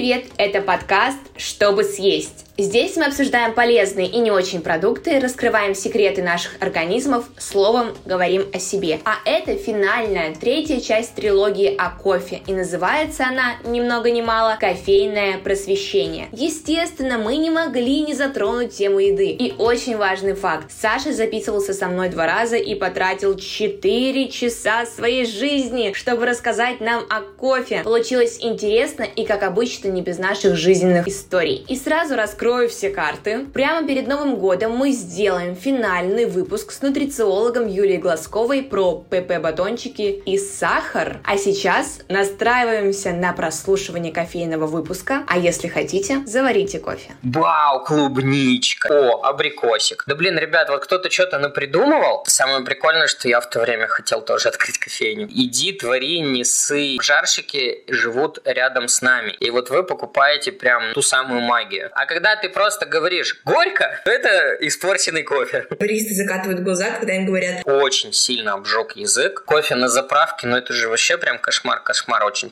привет! Это подкаст «Чтобы съесть». Здесь мы обсуждаем полезные и не очень продукты, раскрываем секреты наших организмов, словом, говорим о себе. А это финальная, третья часть трилогии о кофе, и называется она, ни много ни мало, «Кофейное просвещение». Естественно, мы не могли не затронуть тему еды. И очень важный факт. Саша записывался со мной 2 раза и потратил 4 часа своей жизни, чтобы рассказать нам о кофе. Получилось интересно и, как обычно, не без наших жизненных историй. И сразу раскрою все карты. Прямо перед Новым годом мы сделаем финальный выпуск с нутрициологом Юлией Глазковой про ПП-батончики и сахар. А сейчас настраиваемся на прослушивание кофейного выпуска. А если хотите, заварите кофе. Вау, клубничка. О, абрикосик. Да блин, ребят, вот кто-то что-то напридумывал. Самое прикольное, что я в то время хотел тоже открыть кофейню. Иди, твори, не ссы. Жарщики живут рядом с нами. И вот вы покупаете прям ту самую магию. А когда ты просто говоришь «горько», это испорченный кофе. Баристы закатывают глаза, когда им говорят. Очень сильно обжег язык. Кофе на заправке, это же вообще прям кошмар очень.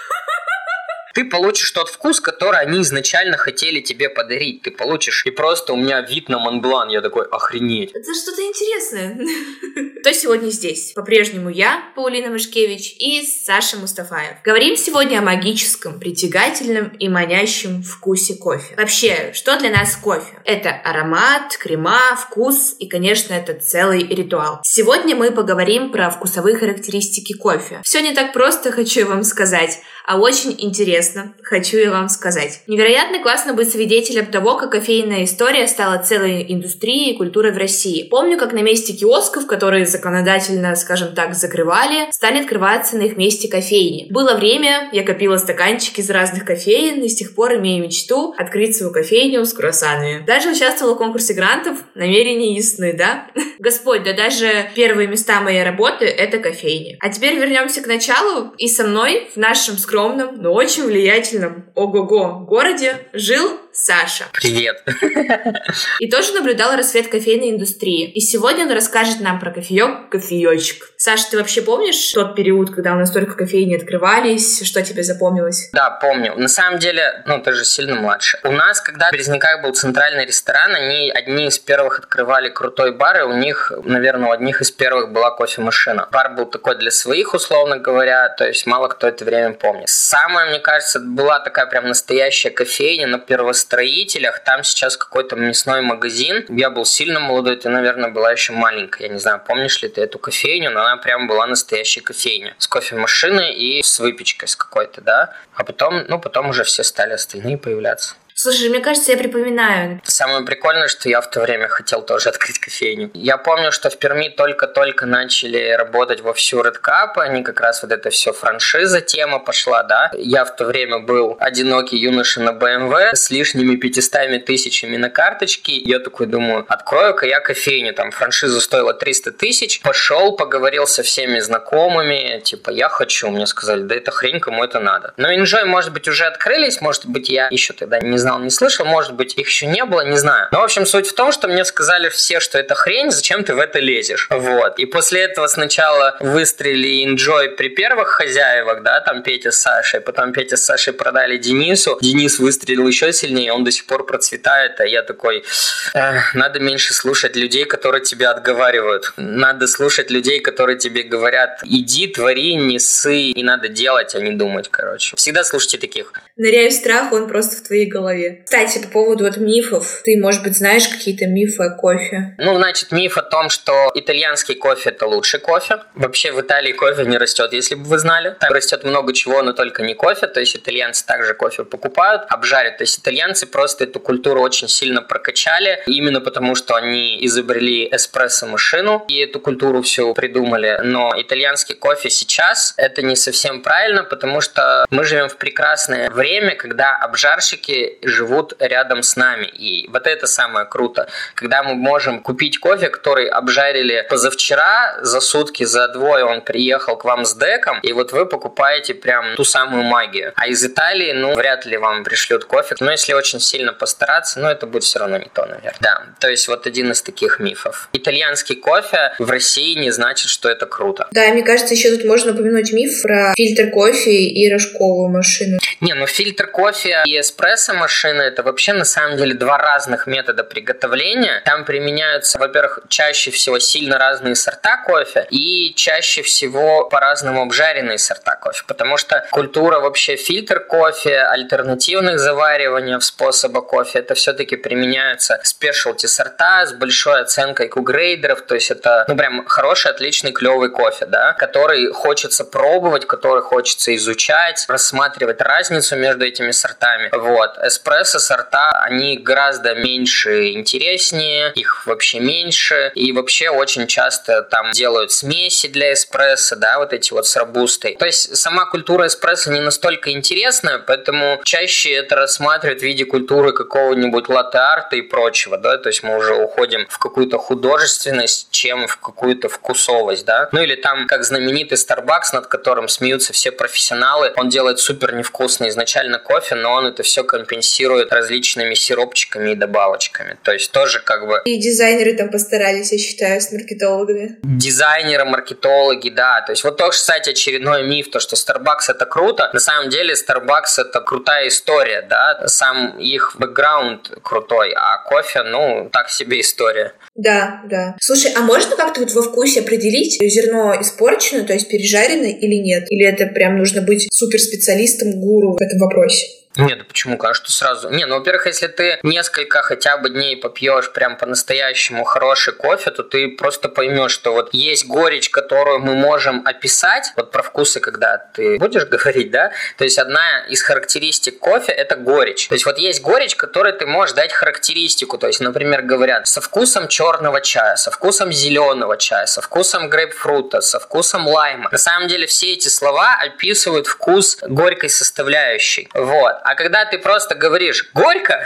Ты получишь тот вкус, который они изначально хотели тебе подарить. Ты получишь, и просто у меня вид на Монблан. Я такой, охренеть. Это что-то интересное. Кто сегодня здесь? По-прежнему я, Паулина Мышкевич, и Саша Мустафаев. Говорим сегодня о магическом, притягательном и манящем вкусе кофе. Вообще, что для нас кофе? Это аромат, крема, вкус и, конечно, это целый ритуал. Сегодня мы поговорим про вкусовые характеристики кофе. Все не так просто, хочу я вам сказать, а очень интересно. Хочу я вам сказать. Невероятно классно быть свидетелем того, как кофейная история стала целой индустрией и культурой в России. Помню, как на месте киосков, которые законодательно, скажем так, закрывали, стали открываться на их месте кофейни. Было время, я копила стаканчики из разных кофеин и с тех пор имею мечту открыть свою кофейню с круассанами. Даже участвовала в конкурсе грантов, намерения ясны, да? Господь, да даже первые места моей работы — это кофейни. А теперь вернемся к началу, и со мной в нашем скромном, но очень влиятельном ого-го городе жил Саша. Привет. И тоже наблюдал рассвет кофейной индустрии. И сегодня он расскажет нам про кофеечек. Саша, ты вообще помнишь тот период, когда у нас только кофейни открывались? Что тебе запомнилось? Да, помню. На самом деле, ты же сильно младше. У нас, когда в Березниках был центральный ресторан, они одни из первых открывали крутой бар, и у них, наверное, у одних из первых была кофемашина. Бар был такой для своих, условно говоря, то есть мало кто это время помнит. Самое, мне кажется, была такая прям настоящая кофейня на Первостроителях. Там сейчас какой-то мясной магазин. Я был сильно молодой, ты, наверное, была еще маленькая. Я не знаю, помнишь ли ты эту кофейню, но она прям была настоящая кофейня. С кофемашиной и с выпечкой с какой-то, да. А потом уже все стали остальные появляться. Слушай, мне кажется, я припоминаю. Самое прикольное, что я в то время хотел тоже открыть кофейню. Я помню, что в Перми только-только начали работать вовсю Red Cup, они как раз вот это все франшиза, тема пошла, да. Я в то время был одинокий юноша на BMW с лишними 500 тысячами на карточке. Я такой думаю, открою-ка я кофейню, там франшиза стоила 300 тысяч. Пошел, поговорил со всеми знакомыми, типа, я хочу. Мне сказали, да это хрень, кому это надо. Но Enjoy, может быть, уже открылись, может быть, я еще тогда не знал, не слышал, может быть, их еще не было, не знаю. Но, в общем, суть в том, что мне сказали все, что это хрень, зачем ты в это лезешь. Вот. И после этого сначала выстрелили Enjoy при первых хозяевах, да, там Петя с Сашей, потом Петя с Сашей продали Денису, Денис выстрелил еще сильнее, он до сих пор процветает, а я такой, надо меньше слушать людей, которые тебя отговаривают. Надо слушать людей, которые тебе говорят, иди, твори, не ссы, и надо делать, а не думать, короче. Всегда слушайте таких. Ныряю в страх, он просто в твоей голове. Кстати, по поводу мифов. Ты, может быть, знаешь какие-то мифы о кофе? Значит, миф о том, что итальянский кофе – это лучший кофе. Вообще в Италии кофе не растет, если бы вы знали. Там растет много чего, но только не кофе. То есть итальянцы также кофе покупают, обжарят. То есть итальянцы просто эту культуру очень сильно прокачали. Именно потому, что они изобрели эспрессо-машину и эту культуру всю придумали. Но итальянский кофе сейчас – это не совсем правильно, потому что мы живем в прекрасное время, когда обжарщики живут рядом с нами. И вот это самое круто. Когда мы можем купить кофе, который обжарили позавчера, за сутки, за двое он приехал к вам с деком, и вот вы покупаете прям ту самую магию. А из Италии, вряд ли вам пришлют кофе. Но если очень сильно постараться, это будет все равно не то, наверное. Да, то есть вот один из таких мифов. Итальянский кофе в России не значит, что это круто. Да, мне кажется, еще тут можно упомянуть миф про фильтр кофе и рожковую машину. Не, ну фильтр кофе и эспрессо-машина — это вообще на самом деле два разных метода приготовления. Там применяются, во-первых, чаще всего сильно разные сорта кофе и чаще всего по-разному обжаренные сорта кофе, потому что культура вообще фильтр кофе, альтернативных завариваний в способа кофе, это все-таки применяются спешалти сорта с большой оценкой Q-грейдеров, то есть это, ну, прям хороший, отличный, клевый кофе, да, который хочется пробовать, который хочется изучать, рассматривать разницу между этими сортами. Вот. Эспрессо сорта, они гораздо меньше интереснее, их вообще меньше, и вообще очень часто там делают смеси для эспрессо, да, вот эти вот с робустой. То есть сама культура эспрессо не настолько интересная, поэтому чаще это рассматривают в виде культуры какого-нибудь латте-арта и прочего, да, то есть мы уже уходим в какую-то художественность, чем в какую-то вкусовость, да. Ну или там, как знаменитый Starbucks, над которым смеются все профессионалы, он делает супер невкусный изначально кофе, но он это все компенсирует различными сиропчиками и добавочками. То есть тоже как бы... И дизайнеры там постарались, я считаю, с маркетологами. Дизайнеры, маркетологи, да. То есть вот тоже, кстати, очередной миф, то, что Starbucks это круто. На самом деле Starbucks это крутая история, да. Сам их бэкграунд крутой, а кофе, ну, так себе история. Да, да. Слушай, а можно как-то вот во вкусе определить, зерно испорчено, то есть пережарено или нет? Или это прям нужно быть суперспециалистом, гуру в этом вопросе? Нет, да почему? Конечно, сразу. Не, ну, во-первых, если ты несколько хотя бы дней попьешь прям по-настоящему хороший кофе, то ты просто поймешь, что вот есть горечь, которую мы можем описать. Вот про вкусы, когда ты будешь говорить, да? То есть одна из характеристик кофе – это горечь. То есть вот есть горечь, которой ты можешь дать характеристику. То есть, например, говорят со вкусом черного чая, со вкусом зеленого чая, со вкусом грейпфрута, со вкусом лайма. На самом деле все эти слова описывают вкус горькой составляющей. Вот. А когда ты просто говоришь «горько»,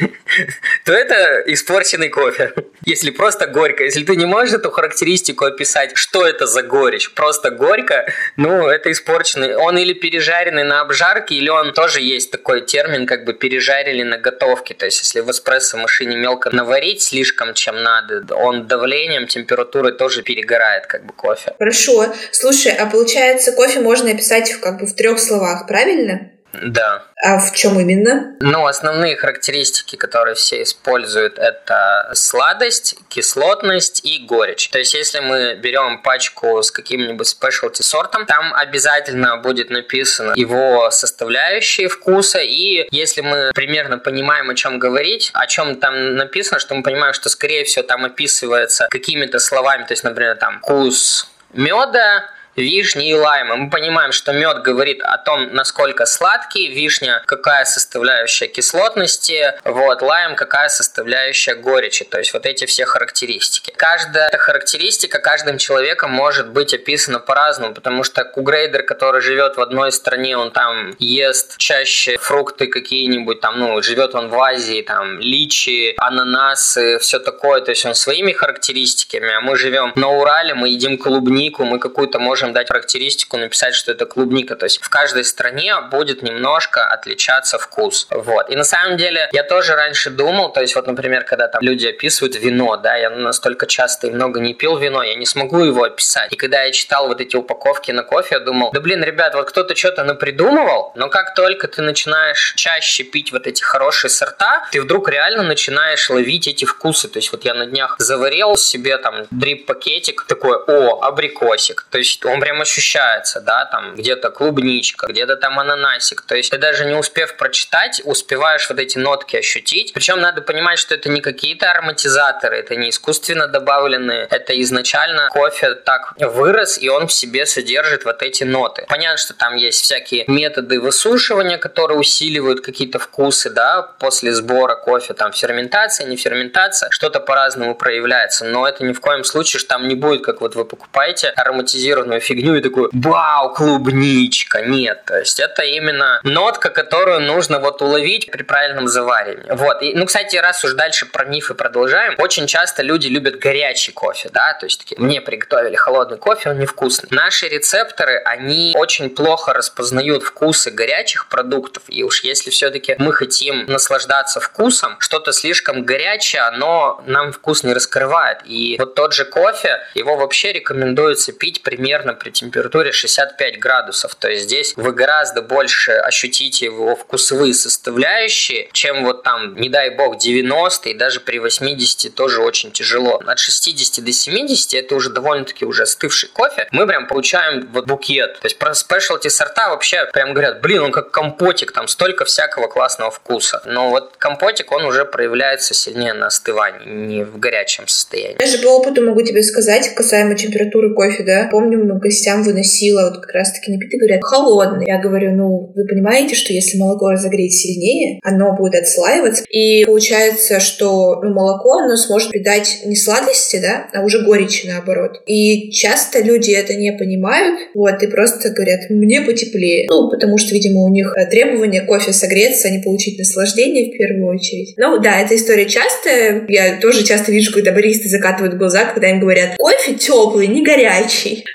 то это испорченный кофе. Если просто горько. Если ты не можешь эту характеристику описать, что это за горечь, просто горько, ну, это испорченный. Он или пережаренный на обжарке, или он тоже есть такой термин, как бы пережарили на готовке. То есть, если в эспрессо-машине мелко наварить слишком, чем надо, он давлением, температурой тоже перегорает, как бы, кофе. Хорошо. Слушай, а получается, кофе можно описать как бы в 3 словах, правильно? Да. А в чем именно? Ну, основные характеристики, которые все используют, это сладость, кислотность и горечь. То есть, если мы берем пачку с каким-нибудь спешлти сортом, там обязательно будет написано его составляющие вкуса, и если мы примерно понимаем, о чем говорить, о чем там написано, что мы понимаем, что, скорее всего, там описывается какими-то словами, то есть, например, там вкус меда, вишни и лайма. Мы понимаем, что мед говорит о том, насколько сладкий, вишня какая составляющая кислотности, вот, лайм какая составляющая горечи. То есть вот эти все характеристики. Каждая характеристика каждым человеком может быть описана по-разному, потому что Q-грейдер, который живет в одной стране, он там ест чаще фрукты какие-нибудь, там, ну, живет он в Азии, там, личи, ананасы, все такое, то есть он своими характеристиками, а мы живем на Урале, мы едим клубнику, мы какую-то можем дать характеристику, написать, что это клубника. То есть в каждой стране будет немножко отличаться вкус. Вот. И на самом деле я тоже раньше думал, то есть вот, например, когда там люди описывают вино, да, я настолько часто и много не пил вино, я не смогу его описать. И когда я читал вот эти упаковки на кофе, я думал, да блин, ребят, вот кто-то что-то напридумывал, но как только ты начинаешь чаще пить вот эти хорошие сорта, ты вдруг реально начинаешь ловить эти вкусы. То есть вот я на днях заварил себе там дрип-пакетик, такой, абрикосик. То есть он прям ощущается, да, там где-то клубничка, где-то там ананасик. То есть ты даже не успев прочитать, успеваешь вот эти нотки ощутить. Причем надо понимать, что это не какие-то ароматизаторы, это не искусственно добавленные. Это изначально кофе так вырос, и он в себе содержит вот эти ноты. Понятно, что там есть всякие методы высушивания, которые усиливают какие-то вкусы, да, после сбора кофе, там ферментация, не ферментация, что-то по-разному проявляется. Но это ни в коем случае, что там не будет, как вот вы покупаете ароматизированную фигню и такую, вау, клубничка. Нет, то есть это именно нотка, которую нужно вот уловить при правильном заваривании. Вот. И, ну, кстати, раз уж дальше про мифы продолжаем, очень часто люди любят горячий кофе, да, то есть такие, мне приготовили холодный кофе, он невкусный. Наши рецепторы, они очень плохо распознают вкусы горячих продуктов, и уж если все-таки мы хотим наслаждаться вкусом, что-то слишком горячее, оно нам вкус не раскрывает. И вот тот же кофе, его вообще рекомендуется пить примерно при температуре 65 градусов. То есть здесь вы гораздо больше ощутите его вкусовые составляющие, чем вот там, не дай бог, 90 и даже при 80 тоже очень тяжело. От 60 до 70 это уже довольно-таки уже остывший кофе. Мы прям получаем вот букет. То есть про спешлти сорта вообще прям говорят, блин, он как компотик, там столько всякого классного вкуса. Но вот компотик, он уже проявляется сильнее на остывании, не в горячем состоянии. Даже по опыту могу тебе сказать, касаемо температуры кофе, да. Помню, гостям выносила вот как раз-таки напиток, говорят, холодный. Я говорю, ну, вы понимаете, что если молоко разогреть сильнее, оно будет отслаиваться, и получается, что молоко, оно сможет придать не сладости, да, а уже горечи, наоборот. И часто люди это не понимают, вот, и просто говорят, мне потеплее. Ну, потому что, видимо, у них требование кофе согреться, а не получить наслаждение в первую очередь. Ну, да, эта история частая. Я тоже часто вижу, когда баристы закатывают глаза, когда им говорят, кофе теплый, не горячий.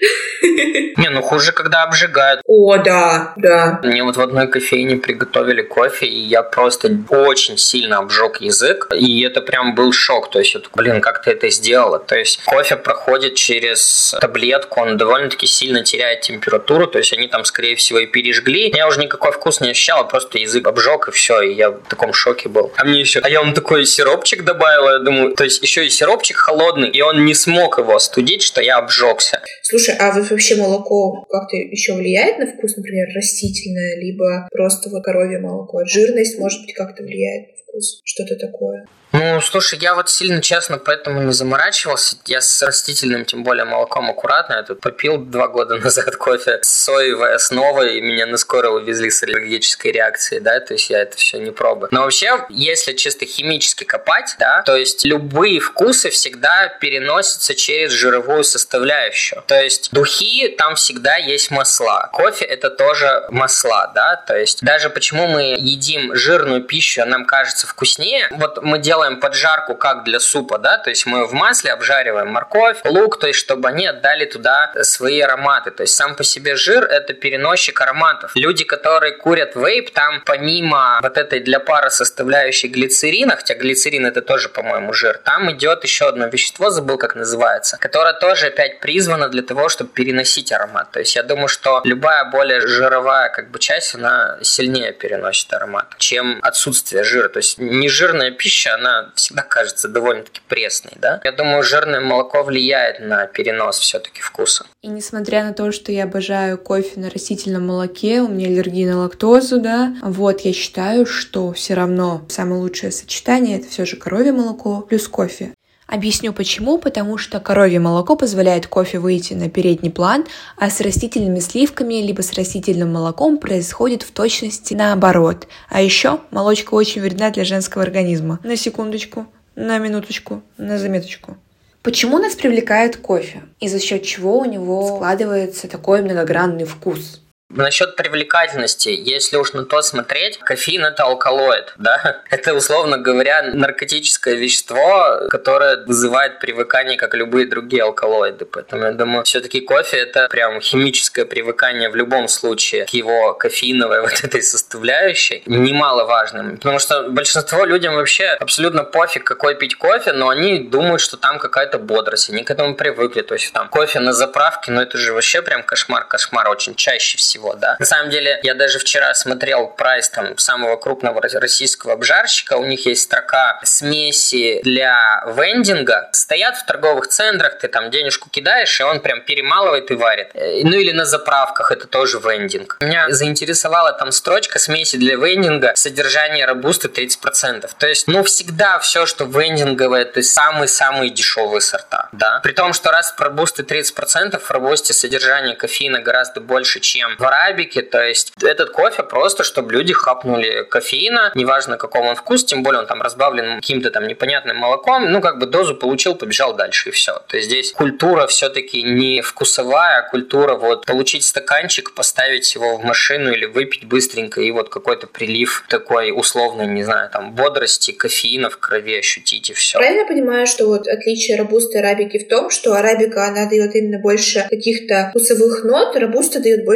Не, ну хуже, когда обжигают. О, да, да. Мне вот в одной кофейне приготовили кофе, и я просто очень сильно обжег язык, и это прям был шок. То есть, блин, как ты это сделала? То есть, кофе проходит через таблетку, он довольно-таки сильно теряет температуру, то есть, они там, скорее всего, и пережгли. Я уже никакой вкус не ощущал, просто язык обжег, и все, и я в таком шоке был. А я вам такой сиропчик добавила, я думаю, то есть, еще и сиропчик холодный, и он не смог его остудить, что я обжегся. Слушай, а вот вообще молоко как-то еще влияет на вкус, например, растительное, либо просто вот коровье молоко? Жирность, может быть, как-то влияет на вкус? Что-то такое? Ну, слушай, я вот сильно, честно, поэтому не заморачивался. Я с растительным, тем более, молоком аккуратно. Я тут попил 2 года назад кофе с соевой основой, и меня на скорой увезли с аллергической реакцией, да, то есть я это все не пробую. Но вообще, если чисто химически копать, да, то есть любые вкусы всегда переносятся через жировую составляющую. То есть духи, там всегда есть масла. Кофе это тоже масла, да, то есть даже почему мы едим жирную пищу, нам кажется вкуснее, вот мы делаем поджарку как для супа, да, то есть мы в масле обжариваем морковь, лук, то есть чтобы они отдали туда свои ароматы, то есть сам по себе жир это переносчик ароматов. Люди, которые курят вейп, там помимо вот этой для пара составляющей глицерина, хотя глицерин это тоже, по-моему, жир, там идет еще одно вещество, забыл как называется, которое тоже опять призвано для того, чтобы переносить аромат. То есть я думаю, что любая более жировая как бы часть, она сильнее переносит аромат, чем отсутствие жира. То есть нежирная пища, она всегда кажется довольно-таки пресной, да? Я думаю, жирное молоко влияет на перенос все-таки вкуса. И несмотря на то, что я обожаю кофе на растительном молоке, у меня аллергия на лактозу, да, вот я считаю, что все равно самое лучшее сочетание это все же коровье молоко плюс кофе. Объясню почему. Потому что коровье молоко позволяет кофе выйти на передний план, а с растительными сливками либо с растительным молоком происходит в точности наоборот. А еще молочка очень вредна для женского организма. На секундочку, на минуточку, на заметочку. Почему нас привлекает кофе? И за счет чего у него складывается такой многогранный вкус? Насчет привлекательности, если уж на то смотреть, кофеин это алкалоид, да? Это, условно говоря, наркотическое вещество, которое вызывает привыкание, как любые другие алкалоиды. Поэтому я думаю, все-таки кофе это прям химическое привыкание в любом случае к его кофеиновой вот этой составляющей, немаловажным. Потому что большинство людям вообще абсолютно пофиг, какой пить кофе, но они думают, что там какая-то бодрость, они к этому привыкли. То есть там кофе на заправке, ну это же вообще прям кошмар очень чаще всего. Да? На самом деле, я даже вчера смотрел прайс там самого крупного российского обжарщика. У них есть строка смеси для вендинга. Стоят в торговых центрах, ты там денежку кидаешь, и он прям перемалывает и варит. Ну или на заправках, это тоже вендинг. Меня заинтересовала там строчка смеси для вендинга, содержание робусты 30%. То есть, ну всегда все, что вендинговое, то есть самые-самые дешевые сорта. Да? При том, что раз в робусты 30%, в робусте содержание кофеина гораздо больше, чем в арабике, то есть этот кофе просто, чтобы люди хапнули кофеина, неважно какого он вкус, тем более он там разбавлен каким-то там непонятным молоком, ну как бы дозу получил, побежал дальше и все. То есть здесь культура все-таки не вкусовая, а культура вот получить стаканчик, поставить его в машину или выпить быстренько и вот какой-то прилив такой условный, не знаю, там бодрости, кофеина в крови ощутить и все. Правильно понимаю, что вот отличие робусты и арабики в том, что арабика, она дает именно больше каких-то вкусовых нот, робуста дает больше кофеина?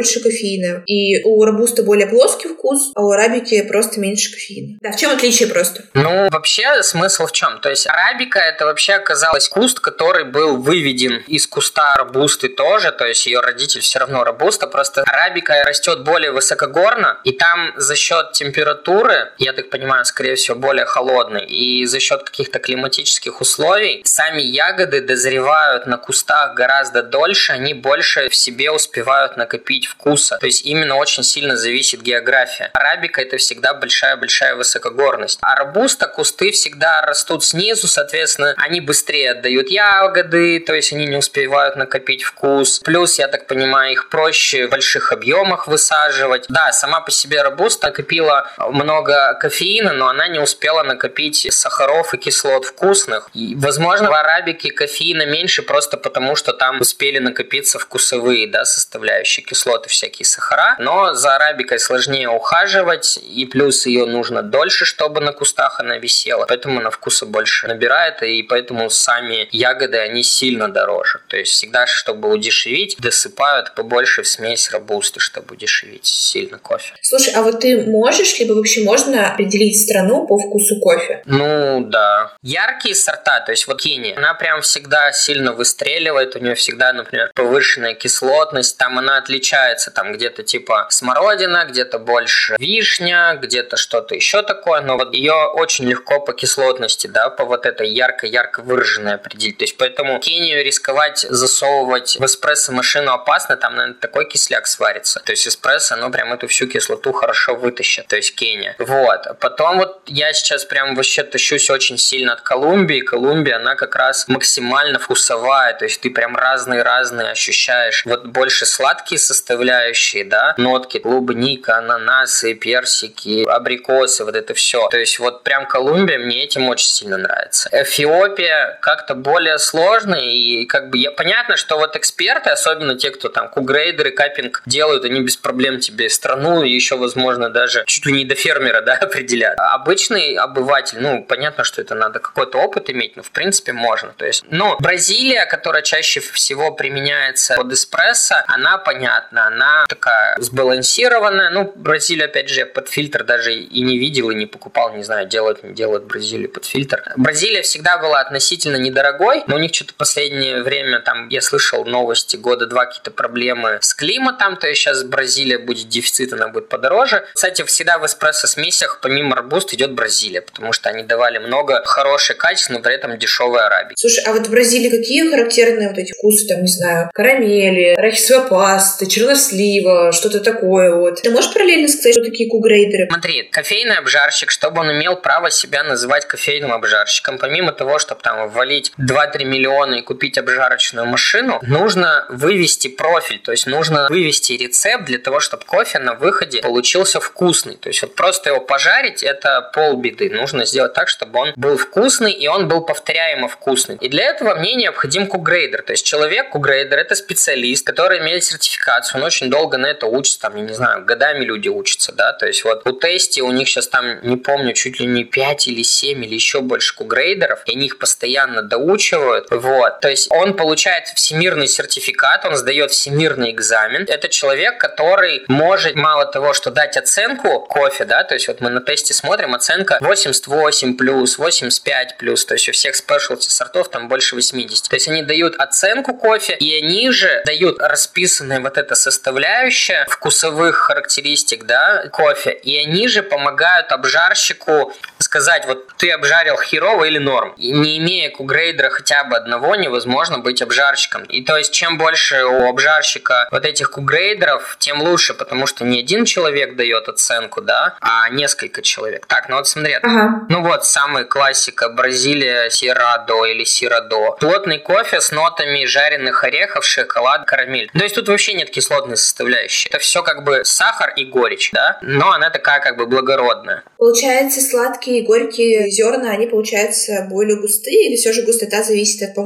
кофеина. И у робуста более плоский вкус, а у арабики просто меньше кофеина. Да, в чем отличие просто? Ну, вообще, смысл в чем? То есть арабика — это вообще оказалось куст, который был выведен из куста робусты тоже, то есть ее родитель все равно робуста, просто арабика растет более высокогорно, и там за счет температуры, я так понимаю, скорее всего, более холодной, и за счет каких-то климатических условий сами ягоды дозревают на кустах гораздо дольше, они больше в себе успевают накопить вкуса. То есть именно очень сильно зависит география. Арабика — это всегда большая-большая высокогорность. А робуста кусты всегда растут снизу, соответственно, они быстрее отдают ягоды, то есть они не успевают накопить вкус. Плюс, я так понимаю, их проще в больших объемах высаживать. Да, сама по себе робуста накопила много кофеина, но она не успела накопить сахаров и кислот вкусных. И, возможно, в арабике кофеина меньше просто потому, что там успели накопиться вкусовые, да, составляющие, кислоты, всякие сахара. Но за арабикой сложнее ухаживать, и плюс ее нужно дольше, чтобы на кустах она висела. Поэтому она вкуса больше набирает, и поэтому сами ягоды, они сильно дороже. То есть всегда, чтобы удешевить, досыпают побольше в смесь робусты, чтобы удешевить сильно кофе. Слушай, а вот ты можешь, либо вообще можно определить страну по вкусу кофе? Ну, да. Яркие сорта, то есть вот Кения, она прям всегда сильно выстреливает, у нее всегда, например, повышенная кислотность, там она отличается, там где-то типа смородина, где-то больше вишня, где-то что-то еще такое, но вот ее очень легко по кислотности, да, по вот этой ярко-ярко выраженной определить. То есть поэтому Кению рисковать засовывать в эспрессо-машину опасно, там, наверное, такой кисляк сварится. То есть эспрессо, оно прям эту всю кислоту хорошо вытащит, то есть Кения. Вот. Потом вот я сейчас прям вообще тащусь очень сильно от Колумбии. Колумбия, она как раз максимально вкусовая, то есть ты прям разные-разные ощущаешь. Вот больше сладкие составляющие, да, нотки, клубника, ананасы, персики, абрикосы, вот это все. То есть вот прям Колумбия мне этим очень сильно нравится. Эфиопия как-то более сложная, и как бы понятно, что вот эксперты, особенно те, кто там кугрейдеры, каппинг делают, они без проблем тебе страну и еще, возможно, даже чуть ли не до фермера, да, определят. Обычный обыватель, ну, понятно, что это надо какой-то опыт иметь, но в принципе можно. То есть, ну, Бразилия, которая чаще всего применяется под эспрессо, она понятна, она такая сбалансированная. Ну, Бразилия, опять же, я под фильтр даже и не видел, и не покупал, не знаю, делают, не делают Бразилию под фильтр. Бразилия всегда была относительно недорогой, но у них что-то в последнее время, там, я слышал новости, года два какие-то проблемы с климатом, то есть сейчас Бразилия будет дефицит, она будет подороже. Кстати, всегда в эспрессо-смесях помимо робуст идет Бразилия, потому что они давали много хорошей качества, но при этом дешевой арабики. Слушай, а вот в Бразилии какие характерные вот эти вкусы, там, не знаю, карамели, арахисовая паста, чернослива, что-то такое вот. Ты можешь параллельно сказать, что такие кугрейдеры? Смотри, кофейный обжарщик, чтобы он имел право себя называть кофейным обжарщиком, помимо того, чтобы там ввалить 2-3 миллиона и купить обжарочную машину, нужно вывести профиль, то есть нужно вывести рецепт для того, чтобы кофе на выходе получился вкусный. То есть вот просто его пожарить — это полбеды. Нужно сделать так, чтобы он был вкусный и он был повторяемо вкусный. И для этого мне необходим кугрейдер. То есть человек, кугрейдер — это специалист, который имеет сертификацию, он очень долго на это учится, там, я не знаю, годами люди учатся, да, то есть вот у Тести у них сейчас там, не помню, чуть ли не 5 или 7 или еще больше кугрейдеров, и они их постоянно доучивают, вот, то есть он получает всемирный сертификат, он сдает всемирный экзамен, это человек, который может мало того, что дать оценку кофе, да, то есть вот мы на Тесте смотрим, оценка 88+, 85+, то есть у всех спешлти сортов там больше 80, то есть они дают оценку кофе, и они же дают расписанное вот это составляющее вкусовых характеристик, да, кофе, и они же помогают обжарщику сказать, вот ты обжарил херово или норм. И не имея кугрейдера хотя бы одного, невозможно быть обжарщиком. И то есть чем больше у обжарщика вот этих кугрейдеров, тем лучше, потому что не один человек дает оценку, да, а несколько человек. Так, ну вот смотри, ну вот самая классика Бразилия Сирадо или Сирадо. Плотный кофе с нотами жареных орехов, шоколад, карамель. То есть тут вообще нет кислотной составляющей. Это все как бы сахар и горечь, да, но она такая как бы благородная. Получается, сладкие и горькие зерна, они, получается, более густые, или все же густота зависит от помола?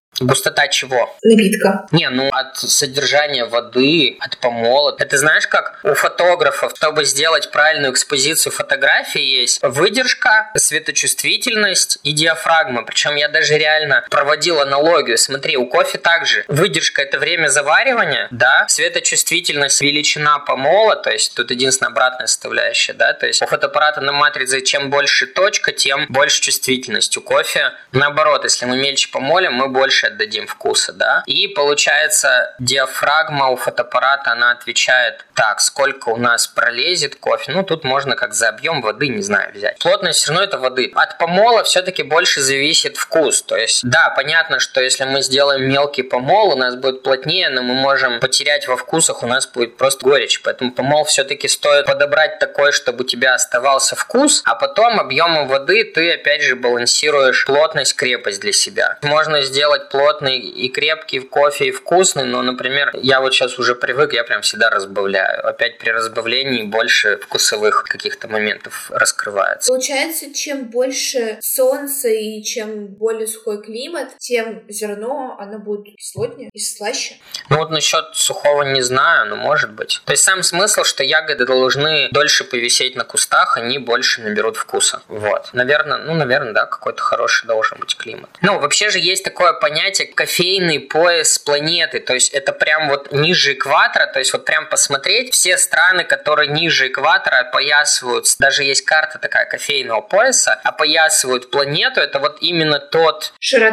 Густота чего? Напитка. Не, от содержания воды, от помола. Это знаешь, как у фотографов, чтобы сделать правильную экспозицию фотографии, есть выдержка, светочувствительность и диафрагма. Причем я даже реально проводил аналогию. Смотри, у кофе также выдержка — это время заваривания, да, светочувствительность — величина помола, то есть тут единственная обратная составляющая, да, то есть у фотоаппарата на матрице чем больше точка, тем больше чувствительность. У кофе наоборот, если мы мельче помолим, мы больше отдадим вкуса, да. И получается, диафрагма у фотоаппарата, она отвечает, так, сколько у нас пролезет кофе. Тут можно как за объем воды, не знаю, взять. Плотность все равно это воды. От помола все-таки больше зависит вкус. То есть, да, понятно, что если мы сделаем мелкий помол, у нас будет плотнее, но мы можем потерять во вкусах, у нас будет просто горечь. Поэтому помол все-таки стоит подобрать такой, чтобы у тебя оставался вкус, а потом объемом воды ты опять же балансируешь плотность, крепость для себя. Можно сделать плотный и крепкий кофе и вкусный, но, например, я вот сейчас уже привык, я прям всегда разбавляю. Опять при разбавлении больше вкусовых каких-то моментов раскрывается. Получается, чем больше солнца и чем более сухой климат, тем зерно, оно будет кислотнее и слаще. Насчет сухого не знаю, но может быть. То есть сам смысл, что ягоды должны дольше повисеть на кустах, они больше наберут вкуса. Вот. Наверное, да, какой-то хороший должен быть климат. Вообще же есть такое понятие кофейный пояс планеты, то есть это прям вот ниже экватора, то есть вот прям посмотреть, все страны, которые ниже экватора опоясывают, даже есть карта такая кофейного пояса, опоясывают планету, это вот именно тот...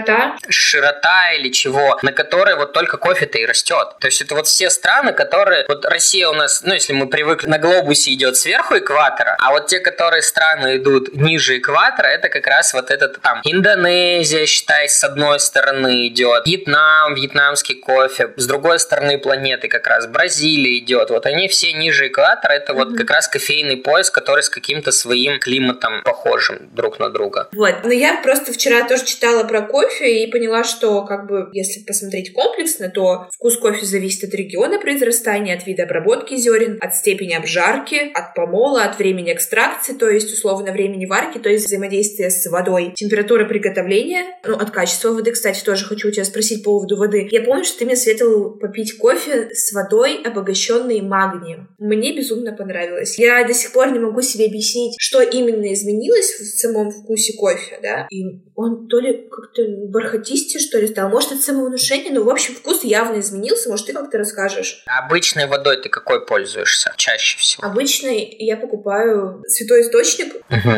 Широта или чего, на которой вот только кофе-то и растет. То есть это вот все страны, которые... Вот Россия у нас, если мы привыкли, на глобусе идет сверху экватора, а вот те, которые страны идут ниже экватора, это как раз вот этот там Индонезия, считай, с одной стороны идет, Вьетнам, вьетнамский кофе, с другой стороны планеты как раз Бразилия идет. Вот они все ниже экватора, это вот как раз кофейный пояс, который с каким-то своим климатом похожим друг на друга. Вот. Но я просто вчера тоже читала про кофе и поняла, что если посмотреть комплексно, то вкус кофе зависит от региона произрастания, от вида обработки зерен, от степени обжарки, от помола, от времени экстракции, то есть условно времени варки, то есть взаимодействия с водой, температура приготовления, от качества воды, кстати, тоже хочу у тебя спросить по поводу воды. Я помню, что ты мне советовал попить кофе с водой, обогащенной магнием. Мне безумно понравилось. Я до сих пор не могу себе объяснить, что именно изменилось в самом вкусе кофе, да, и он то ли как-то бархатистее, что ли, стал. Может, это самовнушение, но, в общем, вкус явно изменился. Может, ты как-то расскажешь? Обычной водой ты какой пользуешься чаще всего? Обычной я покупаю святой источник.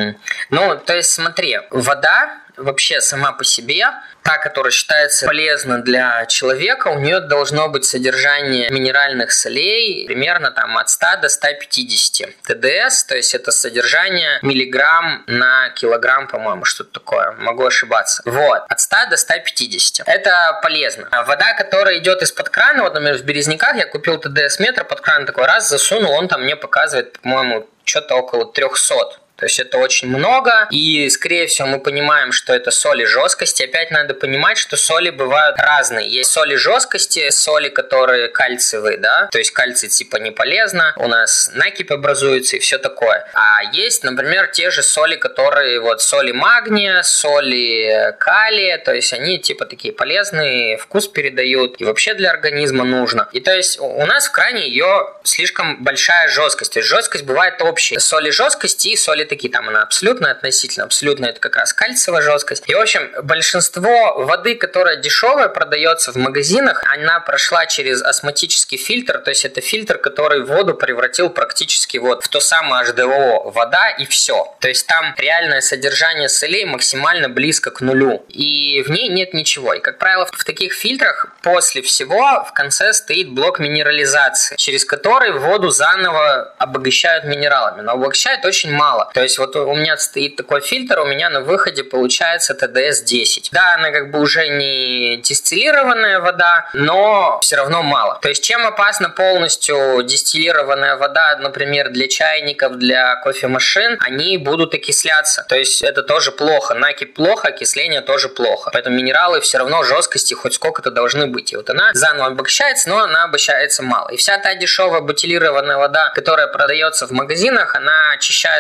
То есть смотри, вода вообще сама по себе, та, которая считается полезна для человека, у нее должно быть содержание минеральных солей примерно от 100 до 150 ТДС, то есть это содержание миллиграмм на килограмм, по-моему, что-то такое, могу ошибаться. Вот, от 100 до 150. Это полезно. А вода, которая идет из-под крана, вот, например, в Березниках я купил ТДС-метр, под кран такой раз засунул, он там мне показывает, по-моему, что-то около 300. То есть это очень много, и, скорее всего, мы понимаем, что это соли жесткости. Опять надо понимать, что соли бывают разные. Есть соли жесткости, соли, которые кальциевые, да, то есть кальций типа не полезно, у нас накипь образуется и все такое. А есть, например, те же соли, которые соли магния, соли калия, то есть они типа такие полезные, вкус передают и вообще для организма нужно. И то есть у нас в кране ее слишком большая жесткость. То есть жесткость бывает общая. Соли жесткости и соли такие, там она абсолютно относительно. Абсолютно это как раз кальциевая жесткость. И, в общем, большинство воды, которая дешевая, продается в магазинах, она прошла через осмотический фильтр, то есть это фильтр, который воду превратил практически в то самое H2O, вода и все. То есть там реальное содержание солей максимально близко к нулю. И в ней нет ничего. И, как правило, в таких фильтрах после всего в конце стоит блок минерализации, через который воду заново обогащают минералами. Но обогащают очень мало. То есть у меня стоит такой фильтр, у меня на выходе получается ТДС-10. Да, она уже не дистиллированная вода, но все равно мало. То есть чем опасна полностью дистиллированная вода, например, для чайников, для кофемашин, они будут окисляться. То есть это тоже плохо. Накипь плохо, окисление тоже плохо. Поэтому минералы все равно жесткости хоть сколько-то должны быть. И она заново обогащается, но она обогащается мало. И вся та дешевая бутилированная вода, которая продается в магазинах, она очищается ровно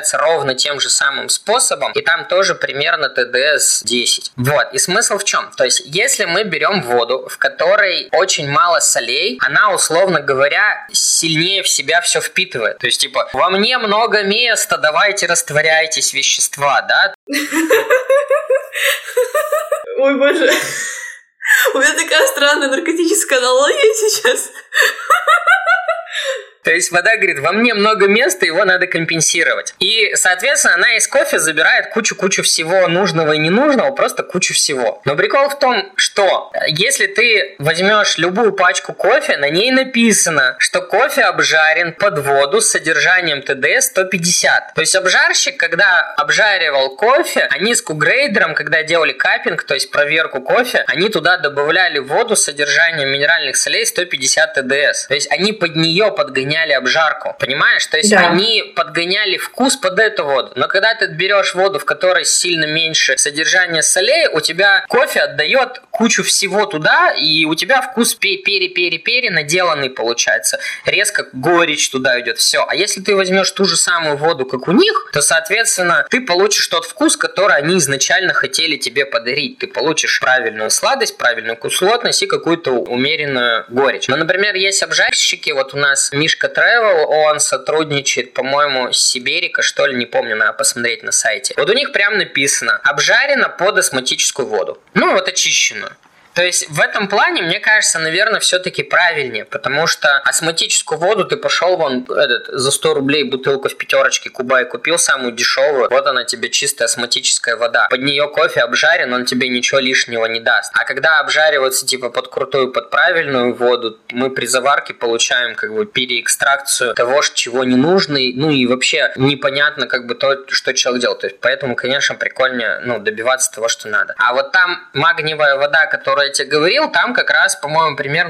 ровно тем же самым способом, и там тоже примерно ТДС 10. Вот, и смысл в чем? То есть, если мы берем воду, в которой очень мало солей, она, условно говоря, сильнее в себя все впитывает. То есть, типа, во мне много места, давайте растворяйтесь вещества, да? Ой, боже. У меня такая странная наркотическая аналогия сейчас. То есть вода говорит, во мне много места, его надо компенсировать. И, соответственно, она из кофе забирает кучу-кучу всего нужного и ненужного, просто кучу всего. Но прикол в том, что если ты возьмешь любую пачку кофе, на ней написано, что кофе обжарен под воду с содержанием ТДС 150. То есть обжарщик, когда обжаривал кофе, они с кугрейдером, когда делали каппинг, то есть проверку кофе, они туда добавляли воду с содержанием минеральных солей 150 ТДС. То есть они под нее подгоняли обжарку, понимаешь? То есть они подгоняли вкус под эту воду. Но когда ты берешь воду, в которой сильно меньше содержания солей, у тебя кофе отдает кучу всего туда, и у тебя вкус пере наделанный получается. Резко горечь туда идет, все. А если ты возьмешь ту же самую воду, как у них, то, соответственно, ты получишь тот вкус, который они изначально хотели тебе подарить. Ты получишь правильную сладость, правильную кислотность и какую-то умеренную горечь. Но, например, есть обжарщики, вот у нас Мишка Travel, он сотрудничает, по-моему, с Сиберика, что ли, не помню, надо посмотреть на сайте. Вот у них прям написано «обжарено под осмотическую воду». Ну, вот очищенную. То есть в этом плане, мне кажется, наверное, все-таки правильнее, потому что осмотическую воду ты пошел за 100 рублей бутылку в пятерочке Кубай купил, самую дешевую, вот она тебе чистая осмотическая вода. Под нее кофе обжарен, он тебе ничего лишнего не даст. А когда обжаривается типа под крутую, под правильную воду, мы при заварке получаем как бы переэкстракцию того, чего не нужно, ну и вообще непонятно как бы то, что человек делал. То есть поэтому, конечно, прикольнее добиваться того, что надо. А вот там магниевая вода, которая я тебе говорил, там как раз, по-моему, примерно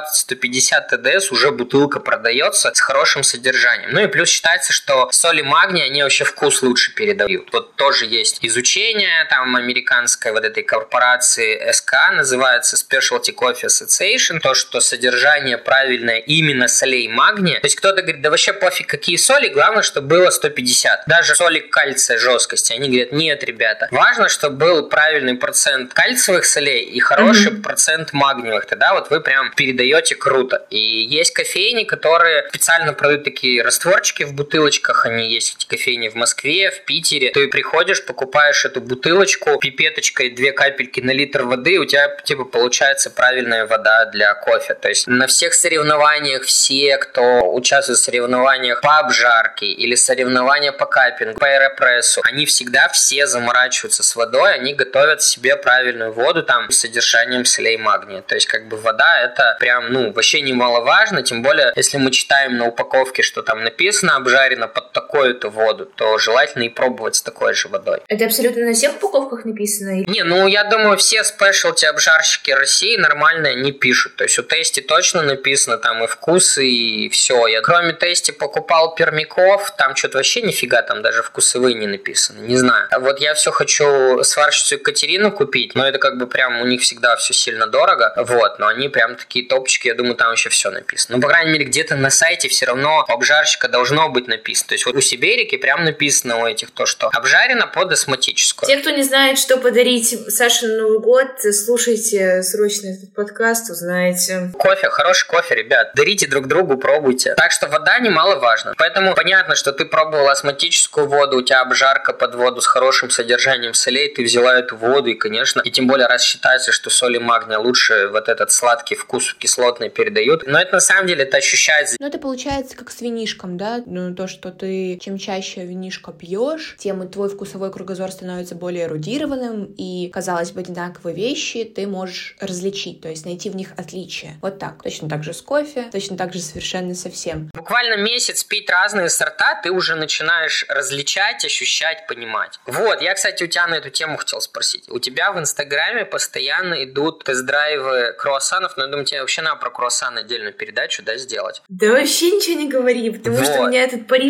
120-150 ТДС уже бутылка продается с хорошим содержанием. Ну и плюс считается, что соли магния, они вообще вкус лучше передают. Вот тоже есть изучение, там американской вот этой корпорации СК, называется Specialty Coffee Association, то, что содержание правильное именно солей магния. То есть кто-то говорит, да вообще пофиг какие соли, главное, чтобы было 150. Даже соли кальция жесткости. Они говорят, нет, ребята, важно, чтобы был правильный процент кальциевых солей и хороший процент магниевых, тогда вот вы прям передаете круто. И есть кофейни, которые специально продают такие растворчики в бутылочках, они есть эти кофейни в Москве, в Питере. Ты приходишь, покупаешь эту бутылочку, пипеточкой 2 капельки на литр воды, и у тебя типа получается правильная вода для кофе. То есть на всех соревнованиях все, кто участвует в соревнованиях по обжарке или соревнования по каппингу, по аэропрессу, они всегда все заморачиваются с водой, они готовят себе правильную воду там с содержанием солей магния. То есть как бы вода это прям вообще немаловажно, тем более если мы читаем на упаковке, что там написано обжарено под такую-то воду, то желательно и пробовать с такой же водой. Это абсолютно на всех упаковках написано? Не, я думаю, все спешлти обжарщики России нормально не пишут. То есть у Тести точно написано там и вкус, и все. Я кроме Тести покупал пермяков, там что-то вообще нифига, там даже вкусовые не написано. Не знаю. А вот я все хочу сварщицу Екатерину купить, но это как бы прям у них всегда все сильно дорого, вот, но они прям такие топчики, я думаю, там еще все написано. Ну, по крайней мере, где-то на сайте все равно у обжарщика должно быть написано. То есть вот у Сиберики прям написано у этих то, что обжарено под осмотическую. Те, кто не знает, что подарить Саше на Новый год, слушайте срочно этот подкаст, узнаете. Кофе, хороший кофе, ребят. Дарите друг другу, пробуйте. Так что вода немаловажна. Поэтому понятно, что ты пробовал осмотическую воду, у тебя обжарка под воду с хорошим содержанием солей, ты взяла эту воду и, конечно, и тем более раз считается, что соли магния лучше вот этот сладкий вкус кислотный передают. Но это на самом деле это ощущается. Но это получается как с винишком, да? То, что ты чем чаще винишко пьешь, тем и твой вкусовой кругозор становится более эрудированным, и, казалось бы, одинаковые вещи ты можешь различить, то есть найти в них отличия. Вот так. Точно так же с кофе, точно так же совершенно со всем. Буквально месяц пить разные сорта, ты уже начинаешь различать, ощущать, понимать. Вот, я, кстати, у тебя на эту тему хотел спросить. У тебя в Инстаграме постоянно идут тест-драйвы круассанов, но я думаю, тебе вообще надо про круассан отдельную передачу, да, сделать? Да вообще ничего не говори, потому что у меня этот Париж, он сделал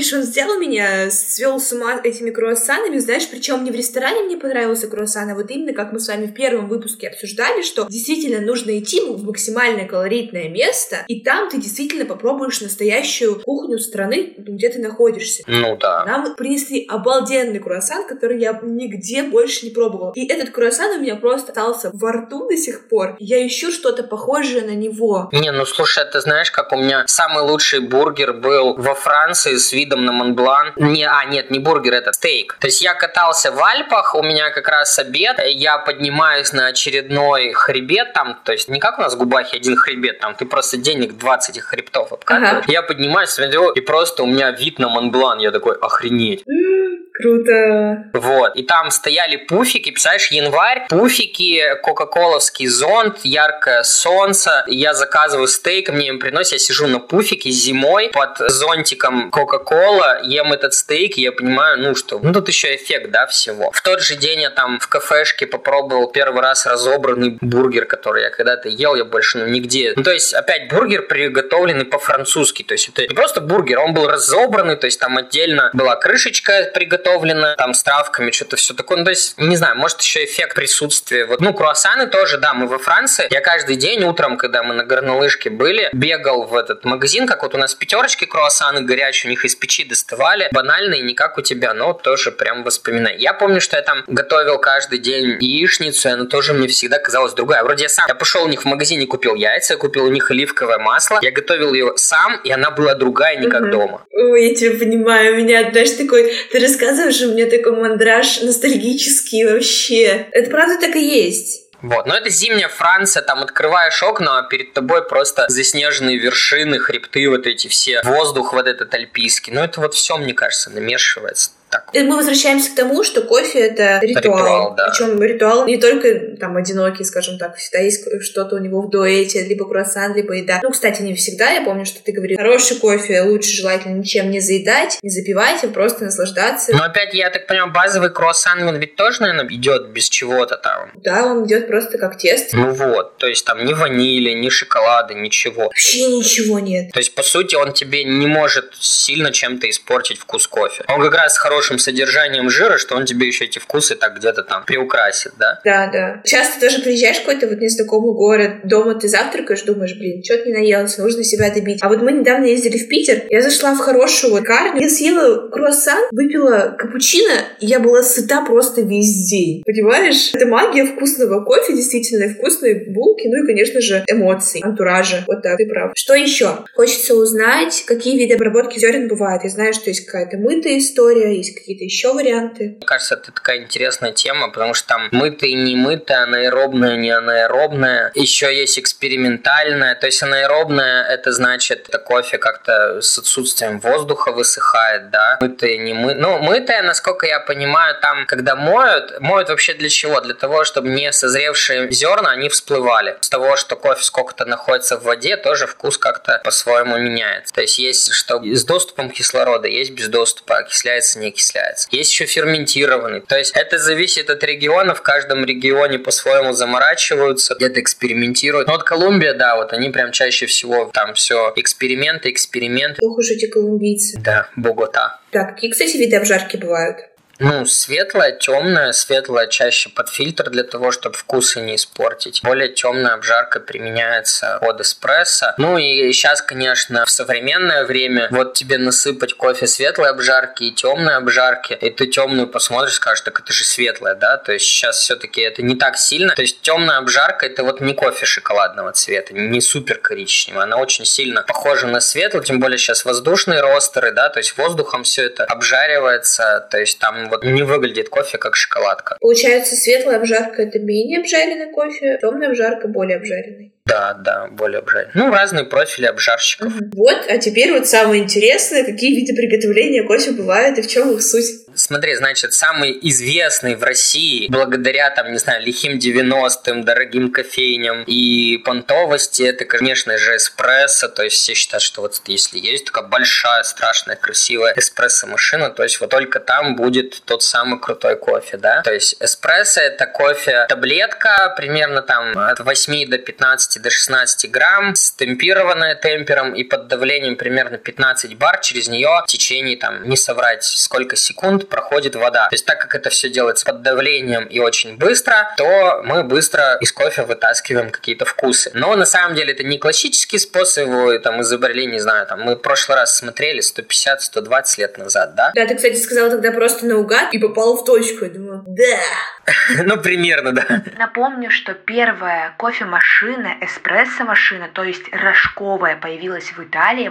взял меня, свел с ума этими круассанами, знаешь, причем не в ресторане мне понравился круассан, а вот именно, как мы с вами в первом выпуске обсуждали, что действительно нужно идти в максимально калорийное место, и там ты действительно попробуешь настоящую кухню страны, где ты находишься. Ну да. Нам принесли обалденный круассан, который я нигде больше не пробовала. И этот круассан у меня просто остался во рту до сих пор. Я ищу что-то похожее на него. Не, ну слушай, ты знаешь, как у меня самый лучший бургер был во Франции с видом на Монблан. Нет, не бургер, это стейк. То есть я катался в Альпах, у меня как раз обед, я поднимаюсь на очередной хребет там, то есть не как у нас в Губахе один хребет, там ты просто денег 20 хребтов обкатываешь. Я поднимаюсь, смотрю, и просто у меня вид на Монблан, я такой, охренеть. Круто. Вот. И там стояли пуфики, представляешь, январь, пуфики, кока-коловский зонт, яркое солнце. Я заказываю стейк, мне им приносят, я сижу на пуфике зимой под зонтиком кока-кола, ем этот стейк, и я понимаю, что тут еще эффект, да, всего. В тот же день я там в кафешке попробовал первый раз разобранный бургер, который я когда-то ел, я больше нигде. То есть, опять, бургер приготовленный по-французски, то есть это не просто бургер, он был разобранный, то есть там отдельно была крышечка приготовлена, там с травками, что-то все такое. То есть, не знаю, может еще эффект присутствия. Вот, круассаны тоже, да, мы во Франции. Я каждый день утром, когда мы на горнолыжке были, бегал в этот магазин, как вот у нас Пятерочки круассаны горячие, у них из печи доставали. Банальные, не как у тебя, но тоже прям воспоминания. Я помню, что я там готовил каждый день яичницу, и она тоже мне всегда казалась другая. Вроде я пошел у них в магазине, купил яйца, я купил у них оливковое масло, я готовил ее сам, и она была другая, не как дома. Ой, я тебя понимаю, у меня, знаешь, такой, ты рассказываешь, у меня такой мандраж ностальгический вообще. Это правда так и есть. Вот, но это зимняя Франция, там открываешь окна, а перед тобой просто заснеженные вершины, хребты вот эти все, воздух вот этот альпийский. Это вот все, мне кажется, намешивается. Так. Мы возвращаемся к тому, что кофе — это ритуал. Да. Причем ритуал не только там одинокий, скажем так, всегда есть что-то у него в дуэте, либо круассан, либо еда. Кстати, не всегда. Я помню, что ты говорил, хороший кофе лучше желательно ничем не заедать, не запивать, а просто наслаждаться. Но опять, я так понимаю, базовый круассан, он ведь тоже, наверное, идет без чего-то там. Да, он идет просто как тесто. То есть там ни ванили, ни шоколада, ничего. Вообще ничего нет. То есть, по сути, он тебе не может сильно чем-то испортить вкус кофе. Он как раз хорошим содержанием жира, что он тебе еще эти вкусы так где-то там приукрасит, да? Да. Часто тоже приезжаешь в какой-то вот незнакомый город, дома ты завтракаешь, думаешь, что-то не наелся, нужно себя добить. А вот мы недавно ездили в Питер, я зашла в хорошую карню, я съела круассан, выпила капучино, и я была сыта просто весь день. Понимаешь? Это магия вкусного кофе, действительно, вкусной булки, и, конечно же, эмоций, антуража. Вот так, ты прав. Что еще? Хочется узнать, какие виды обработки зерен бывают. Я знаю, что есть какая-то мытая история, есть какие-то еще варианты. Мне кажется, это такая интересная тема, потому что там мытая и не мытая, анаэробная, не анаэробная. Еще есть экспериментальная. То есть анаэробная, это значит, это кофе как-то с отсутствием воздуха высыхает, да? Мытая, не мытая. Мытая, насколько я понимаю, там, когда моют вообще для чего? Для того, чтобы не созревшие зерна, они всплывали. С того, что кофе сколько-то находится в воде, тоже вкус как-то по-своему меняется. То есть есть, что с доступом кислорода, есть без доступа, окисляется, не окисляется. Есть еще ферментированный. То есть это зависит от региона. В каждом регионе по-своему заморачиваются, где-то экспериментируют. Вот Колумбия, да, вот они прям чаще всего там все эксперименты. Ох уж эти колумбийцы. Да, Богота. Так, какие, кстати, виды обжарки бывают? Светлая, темная. Светлая чаще под фильтр для того, чтобы вкусы не испортить. Более темная обжарка применяется под эспрессо. И сейчас, конечно, в современное время вот тебе насыпать кофе светлой обжарки и темной обжарки, и ты темную посмотришь, скажешь, так это же светлая, да? То есть сейчас все-таки это не так сильно. То есть темная обжарка — это вот не кофе шоколадного цвета, не супер коричневая. Она очень сильно похожа на светлую, тем более сейчас воздушные ростеры, да, то есть воздухом все это обжаривается, то есть там вот не выглядит кофе как шоколадка. Получается, светлая обжарка — это менее обжаренный кофе, темная обжарка — более обжаренный. Да, более обжаренный. Разные профили обжарщиков. Вот, а теперь вот самое интересное, какие виды приготовления кофе бывают и в чем их суть? Смотри, значит, самый известный в России, благодаря, там, не знаю, лихим 90-м, дорогим кофейням и понтовости, это, конечно же, эспрессо. То есть все считают, что вот если есть такая большая, страшная, красивая эспрессо-машина, то есть вот только там будет тот самый крутой кофе, да? То есть эспрессо — это кофе-таблетка, примерно там от 8 до 15 до 16 грамм, стемпированная темпером и под давлением примерно 15 бар. Через нее в течение, там, не соврать, сколько секунд проходит вода. То есть так как это все делается под давлением и очень быстро, то мы быстро из кофе вытаскиваем какие-то вкусы. Но на самом деле это не классический способ, его там изобрели, не знаю, там мы в прошлый раз смотрели 150-120 лет назад, да? Да, ты, кстати, сказала тогда просто наугад и попала в точку. Я думаю, да. Ну, примерно, да. Напомню, что первая кофемашина, эспрессо-машина, то есть рожковая, появилась в Италии в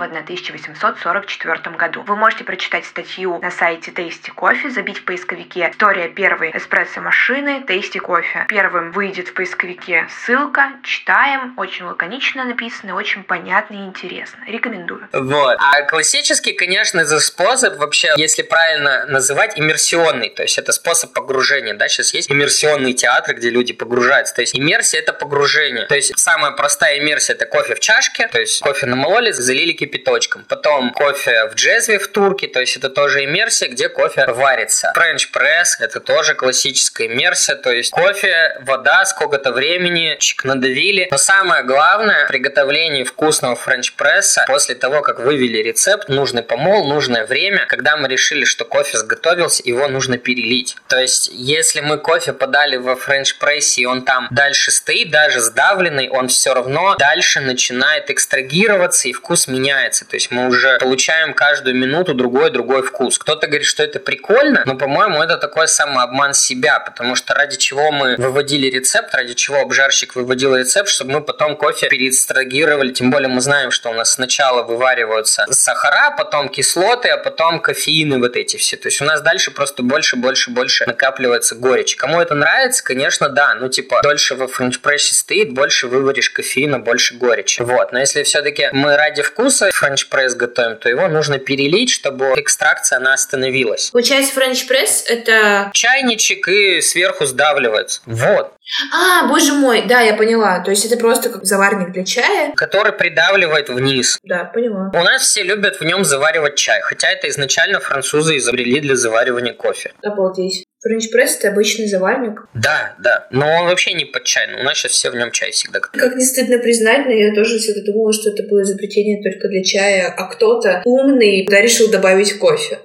1844 году. Вы можете прочитать статью на сайте Tasty Coffee, забить в поисковике «История первой эспрессо-машины Tasty Coffee». Первым выйдет в поисковике ссылка, читаем, очень лаконично написано, очень понятно и интересно. Рекомендую. Вот. А классический, конечно, это способ вообще, если правильно называть, иммерсионный. То есть это способ погружения, да, сейчас есть иммерсионные театры, где люди погружаются. То есть иммерсия — это погружение. То есть самая простая иммерсия — это кофе в чашке, то есть кофе намололи, залили кипяточком. Потом кофе в джезве в турке, то есть это тоже иммерсия, где кофе варится. Френч пресс — это тоже классическая иммерсия, то есть кофе, вода, сколько-то времени, чик надавили. Но самое главное — приготовление вкусного френч пресса после того, как вывели рецепт, нужный помол, нужное время. Когда мы решили, что кофе сготовился, его нужно перелить. То есть если мы кофе подали во френч-прессе, и он там дальше стоит, даже сдавленный, он все равно дальше начинает экстрагироваться, и вкус меняется. То есть мы уже получаем каждую минуту другой вкус. Кто-то говорит, что это прикольно, но, по-моему, это такой самообман себя, потому что ради чего мы выводили рецепт, ради чего обжарщик выводил рецепт, чтобы мы потом кофе переэкстрагировали, тем более мы знаем, что у нас сначала вывариваются сахара, потом кислоты, а потом кофеины вот эти все. То есть у нас дальше просто больше накапливается горечь. Кому это нравится, конечно, да, ну типа дольше во френч-прессе стоит, больше вываришь кофеина, больше горечи. Вот, но если все-таки мы ради вкуса френч-пресс готовим, то его нужно перелить, чтобы экстракция, она остановилась. Получается, френч-пресс — это... чайничек и сверху сдавливается. Вот. А, боже мой, да, я поняла. То есть это просто как заварник для чая, который придавливает вниз. Да, поняла. У нас все любят в нем заваривать чай, хотя это изначально французы изобрели для заваривания кофе. Обалдеть. Френч-пресс — это обычный заварник. Да, но он вообще не под чайный. У нас сейчас все в нем чай всегда. Как не стыдно признать, но я тоже всегда думала, что это было изобретение только для чая, а кто-то умный решил добавить кофе.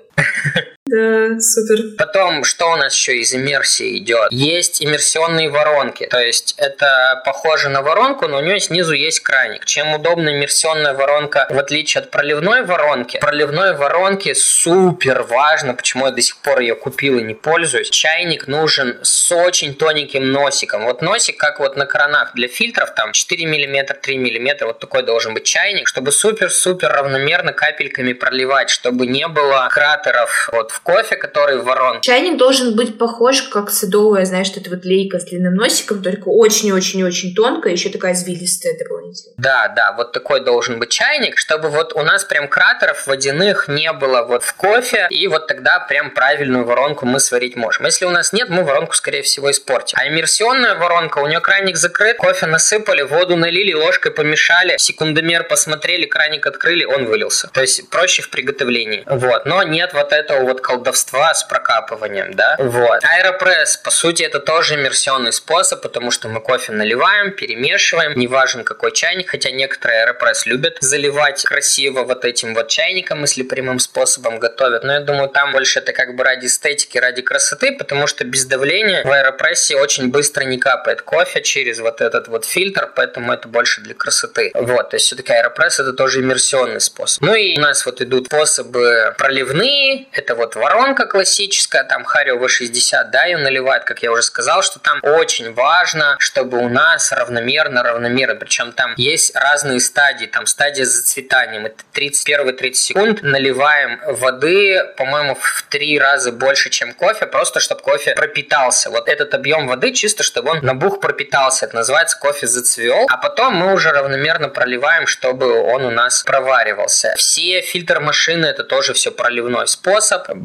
Да, супер. Потом, что у нас еще из иммерсии идет? Есть иммерсионные воронки. То есть это похоже на воронку, но у нее снизу есть краник. Чем удобна иммерсионная воронка, в отличие от проливной воронки? Проливной воронке супер важно, почему я до сих пор ее купил и не пользуюсь. Чайник нужен с очень тоненьким носиком. Вот носик, как вот на кранах для фильтров, там 4 мм, 3 мм, вот такой должен быть чайник, чтобы супер-супер равномерно капельками проливать, чтобы не было кратеров вот в кофе, который в воронке. Чайник должен быть похож, как садовая, знаешь, что это вот лейка с длинным носиком, только очень-очень-очень тонкая, еще такая извилистая дополнительно. Да, вот такой должен быть чайник, чтобы вот у нас прям кратеров водяных не было вот в кофе, и вот тогда прям правильную воронку мы сварить можем. Если у нас нет, мы воронку, скорее всего, испортим. А иммерсионная воронка, у нее краник закрыт, кофе насыпали, воду налили, ложкой помешали, секундомер посмотрели, краник открыли, он вылился. То есть проще в приготовлении. Вот, но нет вот этого вот колдовства с прокапыванием, да? Вот. Аэропресс, по сути, это тоже иммерсионный способ, потому что мы кофе наливаем, перемешиваем, неважно какой чайник, хотя некоторые аэропресс любят заливать красиво вот этим вот чайником, если прямым способом готовят. Но я думаю, там больше это как бы ради эстетики, ради красоты, потому что без давления в аэропрессе очень быстро не капает кофе через вот этот вот фильтр, поэтому это больше для красоты. Вот, то есть все-таки аэропресс это тоже иммерсионный способ. Ну и у нас вот идут способы проливные, это вот воронка классическая, там Hario V60, да, ее наливают, как я уже сказал, что там очень важно, чтобы у нас равномерно, причем там есть разные стадии, там стадия с зацветанием, это 30 секунд, наливаем воды, по-моему, в 3 раза больше, чем кофе, просто чтобы кофе пропитался, вот этот объем воды, чисто чтобы он набух пропитался, это называется кофе зацвел, а потом мы уже равномерно проливаем, чтобы он у нас проваривался. Все фильтр-машины, это тоже все проливной способ,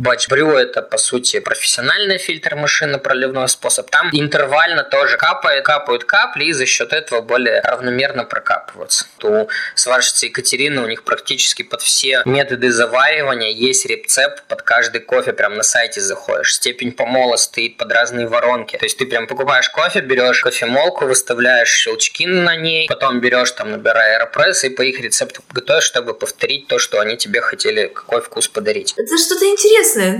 Batch Brew — это, по сути, профессиональный фильтр-машина, проливной способ. Там интервально тоже капают капли, и за счет этого более равномерно прокапываются. У сварщицы Екатерины у них практически под все методы заваривания есть рецепт под каждый кофе, прям на сайте заходишь. Степень помола стоит под разные воронки. То есть ты прям покупаешь кофе, берешь кофемолку, выставляешь щелчки на ней, потом берешь, там, набирая аэропресс и по их рецепту готовишь, чтобы повторить то, что они тебе хотели, какой вкус подарить. Это что-то интересное.